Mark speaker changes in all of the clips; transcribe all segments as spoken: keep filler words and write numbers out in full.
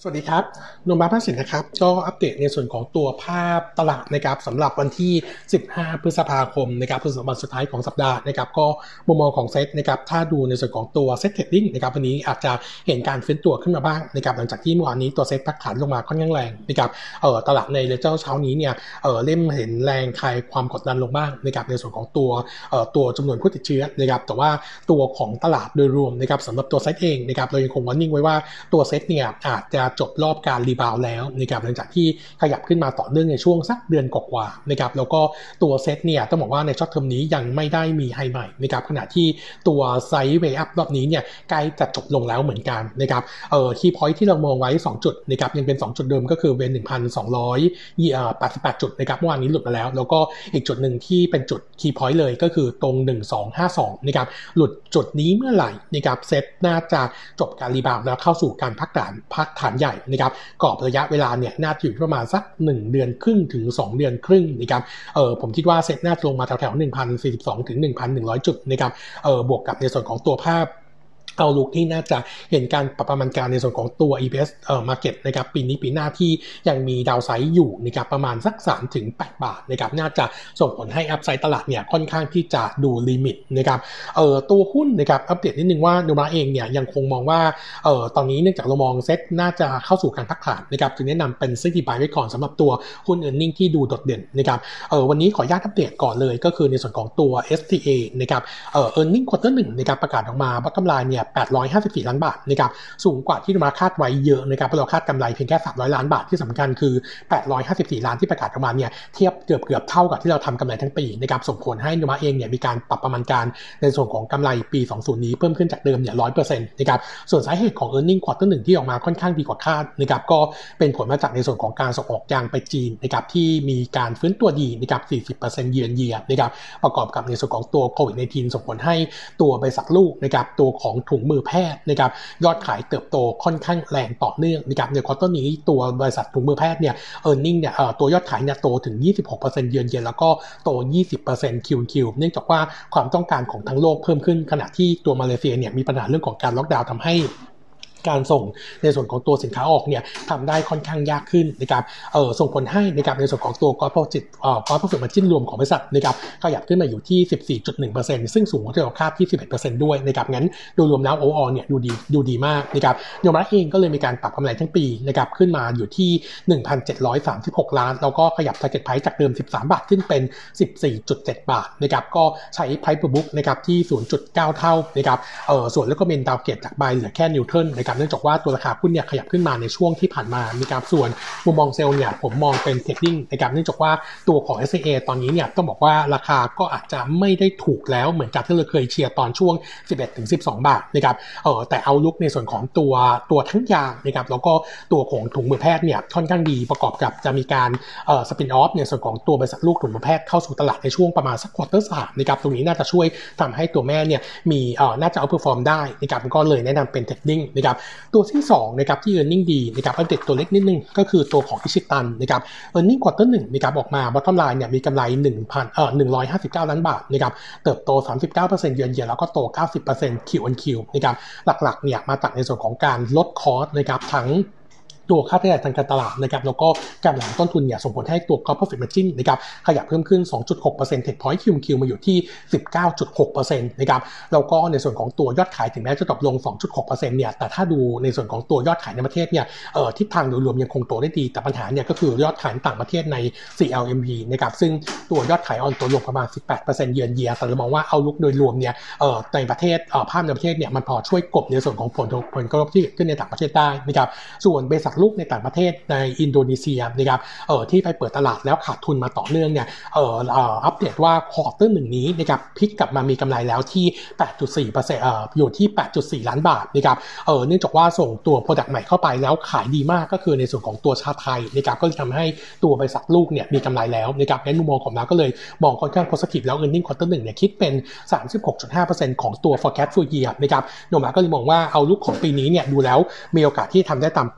Speaker 1: สวัสดีครับโนมาภาสินนะครับก็อัปเดตในส่วนของตัวภาพตลาดนะครับสำหรับวันที่สิบห้าพฤษภาคมนะครับคือวันสุดท้ายของสัปดาห์นะครับก็มุมมองของเซตนะครับถ้าดูในส่วนของตัวเซตเทรดดิ้งนะครับวันนี้อาจจะเห็นการฟื้นตัวขึ้นมาบ้างนะครับหลังจากที่เมื่อวานนี้ตัวเซตพักฐานลงมาค่อนข้างแรงนะครับเอ่อตลาดในเลเจอร์เช้านี้เนี่ยเอ่อเริ่มเห็นแรงคลายความกดดันลงบ้างนะครับในส่วนของตัวเอ่อตัวจำนวนผู้ติดเชื้อนะครับแต่ว่าตัวของตลาดโดยรวมนะครับสำหรับตัวเซตเองนะครับเรายังคงวอร์นิ่งไว้ว่าตัวเซตเนี่ยอาจจะจบรอบการรีบาวด์แล้วนะครับหลังจากที่ขยับขึ้นมาต่อเนื่องในช่วงสักเดือนกว่าๆนะครับแล้วก็ตัวเซตเนี่ยต้องบอกว่าในช็อตเทอมนี้ยังไม่ได้มีไฮใหม่นะครับขณะที่ตัวไซด์เวย์อัพรอบนี้เนี่ยใกล้จะจบลงแล้วเหมือนกันนะครับเอ่อคีย์พอยท์ที่เรามองไว้สองจุดนะครับยังเป็นสองจุดเดิมก็คือเว หนึ่งพันสองร้อยแปดสิบแปด จุดนะครับเมื่อวานนี้หลุดมาแล้วแล้วก็อีกจุดหนึ่งที่เป็นจุดคีย์พอยท์เลยก็คือตรงหนึ่งพันสองร้อยห้าสิบสองนะครับหลุดจุดนี้เมื่อไหร่นะครับเซตน่าจะจบการรีบาวด์แล้วเข้าสู่การพักฐานพักฐานใหญ่นะครับกรอบระยะเวลาเนี่ยน่าจะอยู่ประมาณสักหนึ่งเดือนครึ่งถึงสองเดือนครึ่งนะครับเออผมคิดว่าเซตน่าจะลงมาแถวๆ หนึ่งพันสี่สิบสอง ถึง หนึ่งพันหนึ่งร้อย จุดนะครับเออบวกกับในส่วนของตัวภาพเอาลุกที่น่าจะเห็นการปรับประมาณการในส่วนของตัว อี พี เอส เอ่อ market นะครับปีนี้ปีหน้าที่ยังมีดาวไซด์อยู่นะครับประมาณสัก สามถึงแปด บาทนะครับน่าจะส่งผลให้อัพไซด์ตลาดเนี่ยค่อนข้างที่จะดูลิมิตนะครับเอ่อตัวหุ้นนะครับอัปเดตนิดนึงว่าโนมาเองเนี่ยยังคงมองว่าเอ่อตอนนี้เนื่องจากเรามองเซ็ตน่าจะเข้าสู่การพักฐานนะครับจึงแนะนำเป็นซื้อที่ buy ไว้ก่อนสำหรับตัวหุ้น earning ที่ดูโดดเด่นนะครับเอ่อวันนี้ขออนุญาตอัปเดตก่อนเลยก็คือในส่วนของตัว เอส ที เอ นะครับเอ่อ earning quarter หนึ่งนะครับประกาศออกมา bottom line เนี่ยแปดร้อยห้าสิบสี่ล้านบาทนะครับสูงกว่าที่เราคาดไว้เยอะนะครับเพราะเราคาดกำไรเพียงแค่สามร้อยล้านบาทที่สำคัญคือแปดร้อยห้าสิบสี่ล้านที่ประกาศออกมาเนี่ยเทียบเกือบเกือบเท่ากับที่เราทำกำไรทั้งปีนะครับส่งผลให้โนมาเองเนี่ยมีการปรับประมาณการในส่วนของกำไรปีสองสิบนี้เพิ่มขึ้นจากเดิมเนี่ย ร้อยเปอร์เซ็นต์ นะครับส่วนสาเหตุของ earning quarter หนึ่งที่ออกมาค่อนข้างดีกว่าคาดนะครับก็เป็นผลมาจากในส่วนของการส่งออกยางไปจีนนะครับที่มีการฟื้นตัวดีนะครับ สี่สิบเปอร์เซ็นต์ เยือนเยียนะครับประกอบกับในส่วนของตัวโควิด สิบเก้า ส่งผลให้ตัวบริษัทลูกนะครับตัวของถุงมือแพทย์นะครับยอดขายเติบโตค่อนข้างแรงต่อเนื่องนะครับในควอเตอร์นี้ตัวบริษัทถุงมือแพทย์เนี่ย earning เนี่ยเอ่อตัวยอดขายเนี่ยโตถึง ยี่สิบหกเปอร์เซ็นต์ เยือนเยียแล้วก็โต ยี่สิบเปอร์เซ็นต์ คิว คิว เนื่องจากว่าความต้องการของทั้งโลกเพิ่มขึ้นขณะที่ตัวมาเลเซียเนี่ยมีปัญหาเรื่องของการล็อกดาวน์ทำให้การส่งในส่วนของตัวสินค้าออกเนี่ยทำได้ค่อนข้างยากขึ้นนะครับเอ่อส่งผลให้นะครับในส่วนของตัว gross profit เอ่อ gross profit margin รวมของบริษัทนะครับขยับขึ้นมาอยู่ที่ สิบสี่จุดหนึ่งเปอร์เซ็นต์ ซึ่งสูงกว่าที่เราคาดที่ สิบเอ็ดเปอร์เซ็นต์ ด้วยนะครับงั้นโดยรวมแล้ว overall เนี่ยดูดีดูดีมากนะครับโยมรักเองก็เลยมีการปรับกำไรทั้งปีนะครับขึ้นมาอยู่ที่ หนึ่งพันเจ็ดร้อยสามสิบหก ล้านแล้วก็ขยับ target price จากเดิมสิบสามบาทขึ้นเป็น สิบสี่จุดเจ็ด บาทนะครับก็ใช้ price per book นะครับที่ ศูนย์จุดเก้า เท่านะครับเอ่อส่วนแล้วก็เป็นดาวเกตจาก buy เหลือแค่ neutral นะครับเนื่องจากว่าตัวราคาหุ้นเนี่ยขยับขึ้นมาในช่วงที่ผ่านมามีการส่วนมุมมองเซลล์เนี่ยผมมองเป็นเทรดดิ้งนะครับเนื่องจากว่าตัวของ เอส เอ ตอนนี้เนี่ยต้องบอกว่าราคาก็อาจจะไม่ได้ถูกแล้วเหมือนกับที่เราเคยเชียร์ตอนช่วง สิบเอ็ดถึงสิบสอง บาทนะครับเออแต่เอาลุกในส่วนของตัวตัวทั้งยางนะครับแล้วก็ตัวของถุงมือแพทย์เนี่ยค่อนข้างดีประกอบกับจะมีการเอ่อสปินออฟในส่วนของตัวบริษัทลูกถุงมือแพทย์เข้าสู่ตลาดในช่วงประมาณสักควอเตอร์สามนะครับตรงนี้น่าจะช่วยทำให้ตัวแม่เนี่ยมีเอ่อน่าจะเอาเพอร์ฟอร์มได้นะครับก็เลยแนะนำเป็นเทรดดิ้งนะครับตัวที่สองนะครับที่ earning ดีนะครับอัปเดตตัวเล็กนิดนึงก็คือตัวของอิชิตันนะครับ earning quarter หนึ่งนะครับออกมา bottom line เนี่ยมีกำไร หนึ่งพัน เอ่อ หนึ่งร้อยห้าสิบเก้า ล้านบาทนะครับเติบโต สามสิบเก้าเปอร์เซ็นต์ เยือนเยียแล้วก็โต เก้าสิบเปอร์เซ็นต์ Q on Q นะครับหลักๆเนี่ยมาจากในส่วนของการลดคอสนะครับทั้งตัวค่าใช้จ่ายทางการตลาดนะครับแล้วก็การบริหารต้นทุนเนี่ยส่งผลให้ตัว gross profit margin นะครับขยับเพิ่มขึ้น สองจุดหกเปอร์เซ็นต์ Trade Point คิว คิว มาอยู่ที่ สิบเก้าจุดหกเปอร์เซ็นต์ นะครับแล้วก็ในส่วนของตัวยอดขายถึงแม้จะตกลง สองจุดหกเปอร์เซ็นต์ เนี่ยแต่ถ้าดูในส่วนของตัวยอดขายในประเทศเนี่ยเอ่อทิศทางโดยรวมยังคงโตได้ดีแต่ปัญหาเนี่ยก็คือยอดขายต่างประเทศใน ซี แอล เอ็ม พี นะครับซึ่งตัวยอดขายอ่อนตัวลงประมาณ สิบแปดเปอร์เซ็นต์ เยือนเยียแต่เรามองว่าเอาลุกโดยรวมเนี่ยเอ่อในประเทศเอ่อภาพในประเทศเนี่ยมันพอช่วยกลบในส่วนของผลผลกระทบที่เกิดขึ้นในต่างประเทศได้นะครับส่วนบริษัทลูกในต่างประเทศในอินโดนีเซียนะครับเอ่อที่ไปเปิดตลาดแล้วขาดทุนมาต่อเนื่องเนี่ยเอ่อเอ่ออัปเดตว่าควอเตอร์หนึ่งนี้นะครับพลิกกลับมามีกำไรแล้วที่ แปดจุดสี่เปอร์เซ็นต์ เอ่ออยู่ที่ แปดจุดสี่ ล้านบาทนะครับเอ่อเนื่องจากว่าส่งตัว product ใหม่เข้าไปแล้วขายดีมากก็คือในส่วนของตัวชาไทยนะครับก็จะทำให้ตัวบริษัทลูกเนี่ยมีกำไรแล้วนะครับงั้นมุมมองของเราก็เลยมองค่อนข้าง positive แล้ว earning quarter หนึ่งเนี่ยคิดเป็น สามสิบหกจุดห้าเปอร์เซ็นต์ ของตัว forecast full year นะครับโนมาก็เลยมองว่าเอาลุกของปีนี้เนี่ยดูแล้วมีโอกาสที่ทำได้ตามเป้าแน่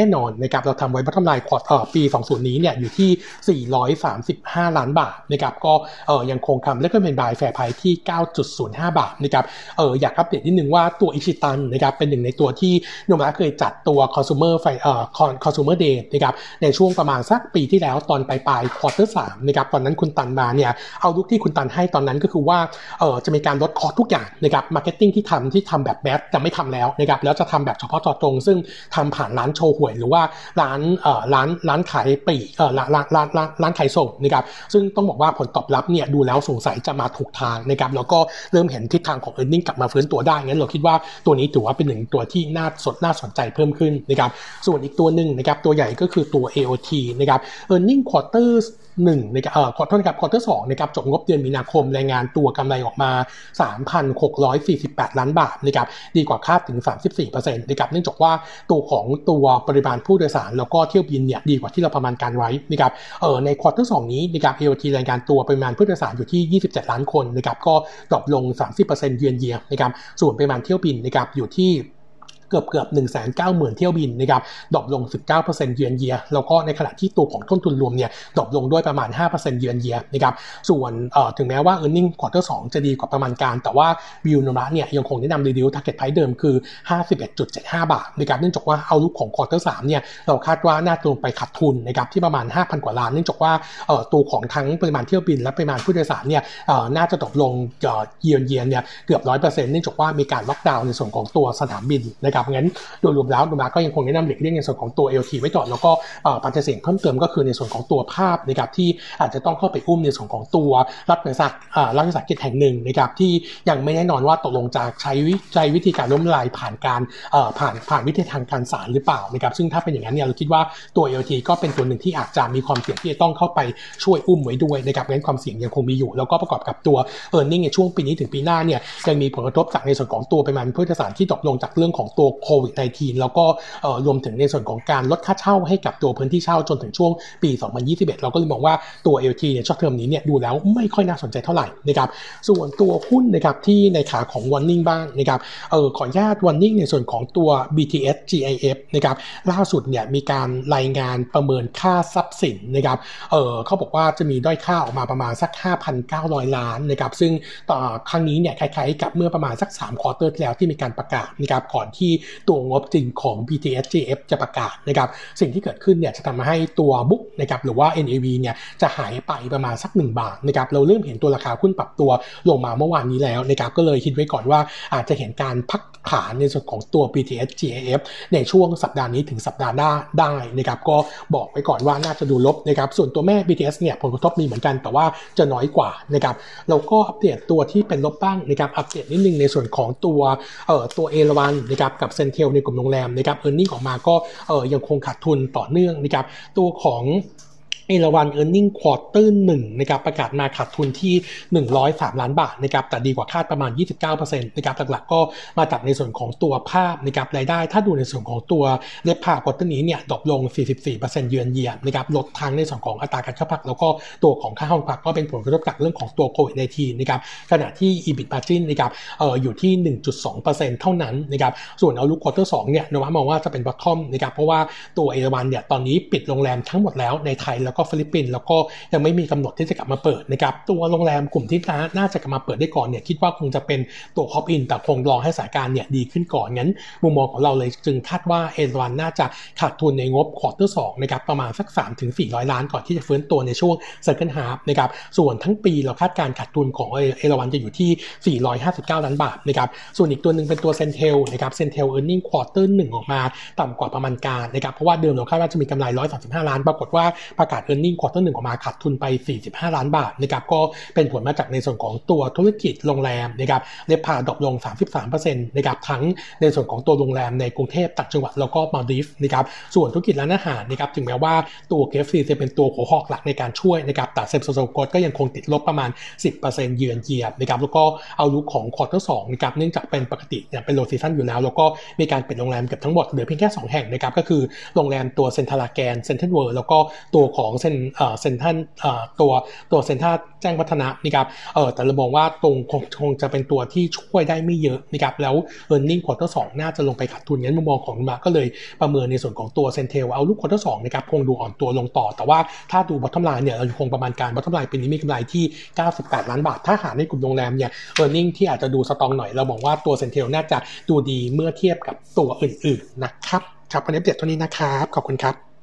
Speaker 1: นอนนะครับเราทำไว้ bottom line ควอเตอร์ปีสองสิบนี้เนี่ยอยู่ที่สี่ร้อยสามสิบห้าล้านบาทนะครับก็เออยังคงทำ recommend buy fair price ที่ เก้าจุดศูนย์ห้า บาทนะครับเอออยากอัปเดตนิดนึงว่าตัวอิชิตันนะครับเป็นหนึ่งในตัวที่โนมะเคยจัดตัว consumer ไฟเอ่อ consumer day นะครับในช่วงประมาณสักปีที่แล้วตอนปลายๆ quarter สามนะครับตอนนั้นคุณตันมาเนี่ยเอาลุกที่คุณตันให้ตอนนั้นก็คือว่าเออจะมีการลดคอสทุกอย่างนะครับ marketing ที่ทำที่ทำแบบแบทจะไม่ทำแล้วนะครับแล้วจะทำแบบเฉพาะเจาะจงซึ่งทำผ่านร้านโชว์หวยหรือว่าร้านเอ่อร้านร้านขายปลีกเอ่อร้านร้านร้านร้านร้านขายส่งนะครับซึ่งต้องบอกว่าผลตอบรับเนี่ยดูแล้วสงสัยจะมาถูกทางนะครับแล้วก็เริ่มเห็นทิศทางของ earning กลับมาฟื้นตัวได้งั้นเราคิดว่าตัวนี้ถือว่าเป็นหนึ่งตัวที่น่าสนน่าสนใจเพิ่มขึ้นนะครับส่วนอีกตัวหนึ่งนะครับตัวใหญ่ก็คือตัว เอ โอ ที นะครับ earning quarter หนึ่งนะครับเอ่อ quarter กับ quarter สองนะครับจบงบเดือนมีนาคมรายงานตัวกำไรออกมา สามพันหกร้อยสี่สิบแปด ล้านบาทนะครับดีกว่าคาดถึง สามสิบสี่เปอร์เซ็นต์ นะครับเนื่องจากว่าตัวของตัวปริมาณผู้โดยสารแล้วก็เที่ยวบินเนี่ยดีกว่าที่เราประมาณการไว้นะครับเอ่อใน quarter สองนี้นะครับ เอ โอ ที รายงานตัวปริมาณผู้โดยสารอยู่ที่ยี่สิบเจ็ดล้านคนนะครับก็ดรอปลง สามสิบเปอร์เซ็นต์ เยือนเยียนะครับส่วนปริมาณเที่ยวบินนะครับอยู่ที่เกือบเกือบ หนึ่งแสนเก้าหมื่น เที่ยวบินนะครับดรอปลง สิบเก้าเปอร์เซ็นต์ เยือนเยียแล้วก็ในขณะที่ตัวของต้นทุนรวมเนี่ยดรอปลงด้วยประมาณ ห้าเปอร์เซ็นต์ เยือนเยียนะครับส่วนเอ่อถึงแม้ว่า earning quarter สองจะดีกว่าประมาณการแต่ว่าวิวโนระเนี่ยยังคงแนะนำ reduce target price เดิมคือ ห้าสิบเอ็ดจุดเจ็ดห้า บาทนะครับเนื่องจากว่าเอาลุกของ quarter สามเนี่ยเราคาดว่าน่าจะลงไปขาดทุนนะครับที่ประมาณ ห้าพัน กว่าล้านเนื่องจากว่าเอ่อตัวของทั้งปริมาณเที่ยวบินและปริมาณผู้โดยสารเนี่ยเอ่อน่าจะดรอปลงเอ่อเยือนเยียเนี่ยเกือบ หนึ่งร้อยเปอร์เซ็นต์ เนื่องจากว่ามีการล็อกดาวน์ในส่วนของตัวสนามบินนะครับงั้นโดยรวมแล้วโนมะก็ยังคงแนะนำหลีกเลี่ยงในส่วนของตัว เอ โอ ที ไว้ก่อนแล้วก็ปัจจัยเสี่ยงเพิ่มเติมก็คือในส่วนของตัวภาพนะครับที่อาจจะต้องเข้าไปอุ้มในส่วนของตัวรัฐวิสาหรัฐวิสาหกิจแห่งหนึ่งนะครับที่ยังไม่แน่นอนว่าตกลงจะใช้ใช้วิธีการล้มละลายผ่านการผ่านผ่านวิธีทางการศาลหรือเปล่านะครับซึ่งถ้าเป็นอย่างนั้นเนี่ยเราคิดว่าตัว เอ โอ ที ก็เป็นตัวหนึ่งที่อาจจะมีความเสี่ยงที่จะต้องเข้าไปช่วยอุ้มไว้ด้วยนะครับงั้นความเสี่ยงยังคงมีอยู่แล้วก็ประกอบกับตัว earning ในช่วงปีนี้ถึงปีหน้าเนี่ยยังมีผลกระทบจากในส่วนของตัวปริมาณผู้โดยสารที่ตกลงจากเรื่องของตัวโควิด สิบเก้า แล้วก็รวมถึงในส่วนของการลดค่าเช่าให้กับตัวพื้นที่เช่าจนถึงช่วงปีสองพันยี่สิบเอ็ดเราก็เลยมองว่าตัว เอ โอ ที เนี่ยช็อตเทอมนี้เนี่ยดูแล้วไม่ค่อยน่าสนใจเท่าไหร่นะครับส่วนตัวหุ้นนะครับที่ในขาของ warning บ้างนะครับเออขออนุญาต warning ในส่วนของตัว บี ที เอส จี ไอ เอฟ นะครับล่าสุดเนี่ยมีการรายงานประเมินค่าทรัพย์สินนะครับเออเขาบอกว่าจะมีด้อยค่าออกมาประมาณสัก ห้าพันเก้าร้อย ล้านนะครับซึ่งต่อครั้งนี้เนี่ยคล้ายๆกับเมื่อประมาณสักสามควอเตอร์ที่แล้วที่มีการประกาศนะครับก่อนที่ตัวงบจริงของ บี ที เอส จี ไอ เอฟ จะประกาศนะครับสิ่งที่เกิดขึ้นเนี่ยจะทำให้ตัวบุ๊กนะครับหรือว่า เอ็น เอ วี เนี่ยจะหายไปประมาณสักหนึ่งบาทนะครับเราเริ่มเห็นตัวราคาหุ้นปรับตัวลงมาเมื่อวานนี้แล้วนะครับก็เลยคิดไว้ก่อนว่าอาจจะเห็นการพักฐานในส่วนของตัว บี ที เอส จี ไอ เอฟ ในช่วงสัปดาห์นี้ถึงสัปดาห์หน้าได้นะครับก็บอกไว้ก่อนว่าน่าจะดูลบนะครับส่วนตัวแม่ บี ที เอส เนี่ยผลกระทบมีเหมือนกันแต่ว่าจะน้อยกว่านะครับเราก็อัปเดตตัวที่เป็นลบบ้างนะครับอัปเดตนิดนึงในส่วนของตัวเอ่อตัวเอราวัณนะครับกับเซนเทลในกลุ่มโรงแรมนะครับ earning ออกมาก็เอ่อยังคงขาดทุนต่อเนื่องนะครับตัวของเอราวัณ earning quarter หนึ่งนะครับประกาศมาขาดทุนที่หนึ่งร้อยสามล้านบาทนะครับแต่ดีกว่าคาดประมาณ ยี่สิบเก้าเปอร์เซ็นต์ นะครับหลักๆก็มาจากในส่วนของตัวภาพนะครับรายได้ถ้าดูในส่วนของตัวเล็บผ่า quarter นี้เนี่ยดรอปลง สี่สิบสี่เปอร์เซ็นต์ เยือนเยียนะครับลดทางในส่วนของอัตราการเข้าพักแล้วก็ตัวของค่าห้องพักก็เป็นผลกระทบจากเรื่องของตัวโควิด สิบเก้า นะครับขณะที่ อี บิ ที margin นะครับเอ่ออยู่ที่ หนึ่งจุดสองเปอร์เซ็นต์ เท่านั้นนะครับส่วนเอาลุก quarter สองเนี่ยโนมะมองว่าจะเป็น bottom นะครับเพราะว่าตัวเอราวัณเนี่ยตอนนี้ปิดโรงแรมทั้งหมดแล้วในไทยแล้วก็ฟิลิปปินส์แล้วก็ยังไม่มีกำหนดที่จะกลับมาเปิดนะครับตัวโรงแรมกลุ่มที่น่าจะกลับมาเปิดได้ก่อนเนี่ยคิดว่าคงจะเป็นตัวฮอปอินแต่คงรอให้สถานการณ์เนี่ยดีขึ้นก่อนงั้นมุมมองของเราเลยจึงคาดว่าเอราวัณน่าจะขาดทุนในงบควอเตอร์สองนะครับประมาณสัก สามถึงสี่ร้อย ล้านก่อนที่จะฟื้นตัวในช่วง second half นะครับส่วนทั้งปีเราคาดการขาดทุนของเอราวัณจะอยู่ที่สี่ร้อยห้าสิบเก้าล้านบาทนะครับส่วนอีกตัวนึงเป็นตัวเซนเทลนะครับเซนเทล earning quarter หนึ่งออกมาต่ำกว่าประมาณการนะครับเพราะว่าเดิมเราคาดว่าจะมีกำไรหนึ่งร้อยสามสิบห้าล้านปรากฏว่าประกาศ earning quarter หนึ่งออกมาขาดทุนไปสี่สิบห้าล้านบาทนะครับก็เป็นผลมาจากในส่วนของตัวธุรกิจโรงแรมนะครับเรพาดรอปลง สามสิบสามเปอร์เซ็นต์ นะครับทั้งในส่วนของตัวโรงแรมในกรุงเทพต่างจังหวัดแล้วก็มาลดีฟส์นะครับส่วนธุรกิจร้านอาหารนะครับถึงแม้ว่าตัว เค เอฟ ซี จะเป็นตัวหัวหอกหลักในการช่วยนะครับแต่เซมโซโซโกก็ยังคงติดลบประมาณ สิบเปอร์เซ็นต์ เยือนเยียนะครับแล้วก็เอาลุกของควอเตอร์สองนะครับเนื่องจากเป็นปกติเนี่ยเป็นโลซีซั่นอยู่แล้วแล้วก็มีการปิดโรงแรมเกือบทั้งหมดเหลือเพียงแค่สองแห่งนะครับก็คือโรงแรมตัวเซ็นทรัลลาแกนเซ็นทรัลเวิลด์แล้วก็ตัวของของเซนเอ่อเซนทันเอ่อตัวตัวเซนทันแจ้งวัฒนะนะครับเออแต่เรามองว่าตรงคงคงจะเป็นตัวที่ช่วยได้ไม่เยอะนะครับแล้ว earning quarter สองน่าจะลงไปขาดทุนงั้นมุมมองของมาก็เลยประเมินในส่วนของตัวเซนเทลเอาลูก quarter สองนะครับคงดูอ่อนตัวลงต่อแต่ว่าถ้าดู bottom line เนี่ยเราคงประมาณการ bottom line ปีนี้มีกำไรที่เก้าสิบแปดล้านบาทถ้าหารในกลุ่มโรงแรมเนี่ย earning ที่อาจจะดูสตรองหน่อยเรามองว่าตัวเซนเทลน่าจะดูดีเมื่อเทียบกับตัวอื่นๆนะครับครับวันนี้อัปเดตเท่านี้นะครับขอบคุณครับ